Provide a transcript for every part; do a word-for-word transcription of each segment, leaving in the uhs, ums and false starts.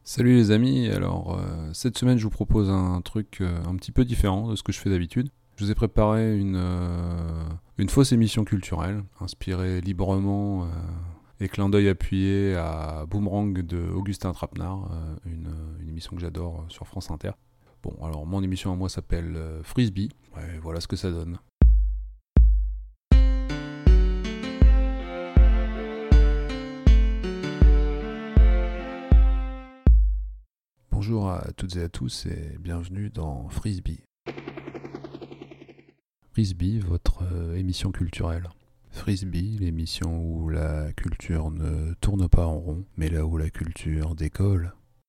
Salut les amis, alors euh, cette semaine je vous propose un truc euh, un petit peu différent de ce que je fais d'habitude. Je vous ai préparé une, euh, une fausse émission culturelle, inspirée librement euh, et clin d'œil appuyé à Boomerang de Augustin Trapenard, euh, une, une émission que j'adore euh, sur France Inter. Bon, alors mon émission à moi s'appelle euh, Frisbee, ouais, voilà ce que ça donne. Bonjour à toutes et à tous et bienvenue dans Frisbee. Frisbee, votre euh, émission culturelle. Frisbee, l'émission où la culture ne tourne pas en rond, mais là où la culture décolle.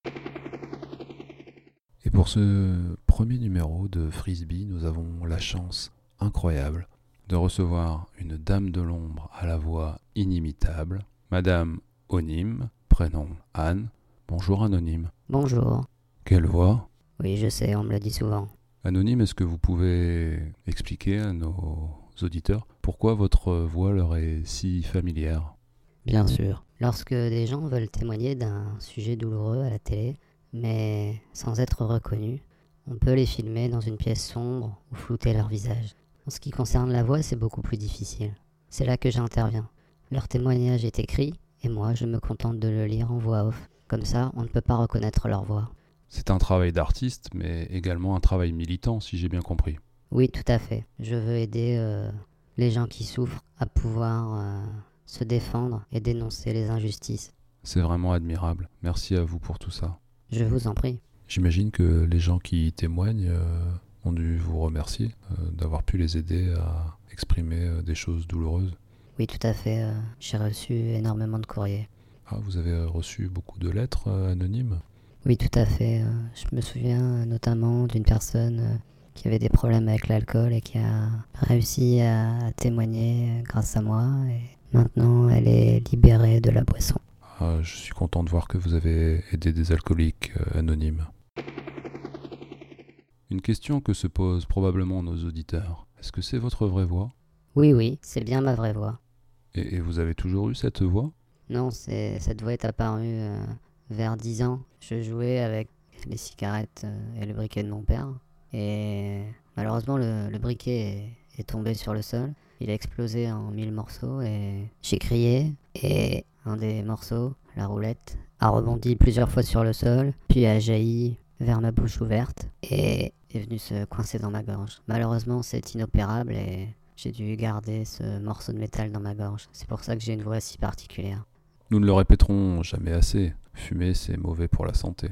Et pour ce premier numéro de Frisbee, nous avons la chance incroyable de recevoir une dame de l'ombre à la voix inimitable, Madame Onyme, prénom Anne. Bonjour Anonyme. Bonjour. Quelle voix? Oui, je sais, on me le dit souvent. Anonyme, est-ce que vous pouvez expliquer à nos auditeurs pourquoi votre voix leur est si familière? Bien sûr. Lorsque des gens veulent témoigner d'un sujet douloureux à la télé, mais sans être reconnus, on peut les filmer dans une pièce sombre ou flouter leur visage. En ce qui concerne la voix, c'est beaucoup plus difficile. C'est là que j'interviens. Leur témoignage est écrit, et moi, je me contente de le lire en voix off. Comme ça, on ne peut pas reconnaître leur voix. C'est un travail d'artiste, mais également un travail militant, si j'ai bien compris. Oui, tout à fait. Je veux aider euh, les gens qui souffrent à pouvoir euh, se défendre et dénoncer les injustices. C'est vraiment admirable. Merci à vous pour tout ça. Je vous en prie. J'imagine que les gens qui témoignent euh, ont dû vous remercier euh, d'avoir pu les aider à exprimer euh, des choses douloureuses. Oui, tout à fait. Euh, j'ai reçu énormément de courriers. Ah, vous avez reçu beaucoup de lettres euh, anonymes? Oui, tout à fait. Euh, je me souviens euh, notamment d'une personne euh, qui avait des problèmes avec l'alcool et qui a réussi à témoigner euh, grâce à moi. Et maintenant, elle est libérée de la boisson. Ah, je suis content de voir que vous avez aidé des alcooliques euh, anonymes. Une question que se posent probablement nos auditeurs. Est-ce que c'est votre vraie voix? Oui, oui, c'est bien ma vraie voix. Et, et vous avez toujours eu cette voix? Non, c'est, cette voix est apparue euh, vers dix ans. Je jouais avec les cigarettes euh, et le briquet de mon père. Et malheureusement, le, le briquet est, est tombé sur le sol. Il a explosé en mille morceaux et j'ai crié. Et un des morceaux, la roulette, a rebondi plusieurs fois sur le sol, puis a jailli vers ma bouche ouverte et est venu se coincer dans ma gorge. Malheureusement, c'est inopérable et j'ai dû garder ce morceau de métal dans ma gorge. C'est pour ça que j'ai une voix si particulière. Nous ne le répéterons jamais assez. Fumer, c'est mauvais pour la santé.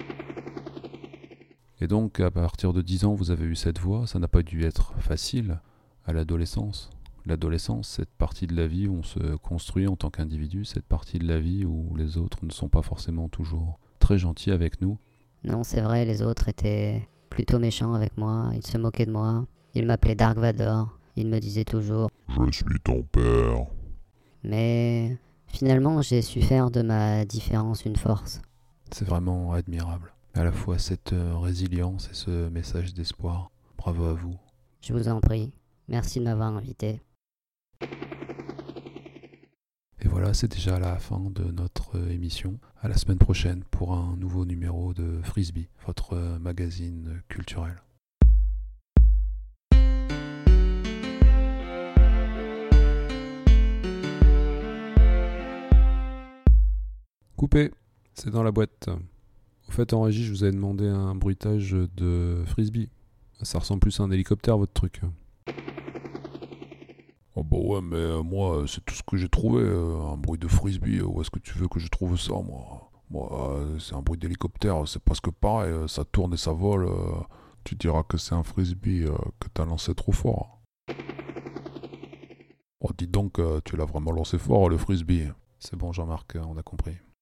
Et donc, à partir de dix ans, vous avez eu cette voix. Ça n'a pas dû être facile à l'adolescence. L'adolescence, cette partie de la vie où on se construit en tant qu'individu, cette partie de la vie où les autres ne sont pas forcément toujours très gentils avec nous. Non, c'est vrai, les autres étaient plutôt méchants avec moi. Ils se moquaient de moi. Ils m'appelaient Dark Vador. Ils me disaient toujours « Je suis ton père ». Mais finalement, j'ai su faire de ma différence une force. C'est vraiment admirable. À la fois cette euh, résilience et ce message d'espoir. Bravo à vous. Je vous en prie. Merci de m'avoir invité. Et voilà, c'est déjà la fin de notre euh, émission. À la semaine prochaine pour un nouveau numéro de Frisbee, votre euh, magazine culturel. Coupé, c'est dans la boîte. Au fait, en régie, je vous avais demandé un bruitage de Frisbee. Ça ressemble plus à un hélicoptère, votre truc. Oh bah ouais, mais euh, moi, euh, c'est tout ce que j'ai trouvé, euh, un bruit de frisbee. euh, Où est-ce que tu veux que je trouve ça, moi? Moi, euh, c'est un bruit d'hélicoptère, c'est presque pareil, euh, ça tourne et ça vole. euh, Tu diras que c'est un frisbee euh, que t'as lancé trop fort. Oh, dis donc, euh, tu l'as vraiment lancé fort, le frisbee. C'est bon, Jean-Marc, on a compris.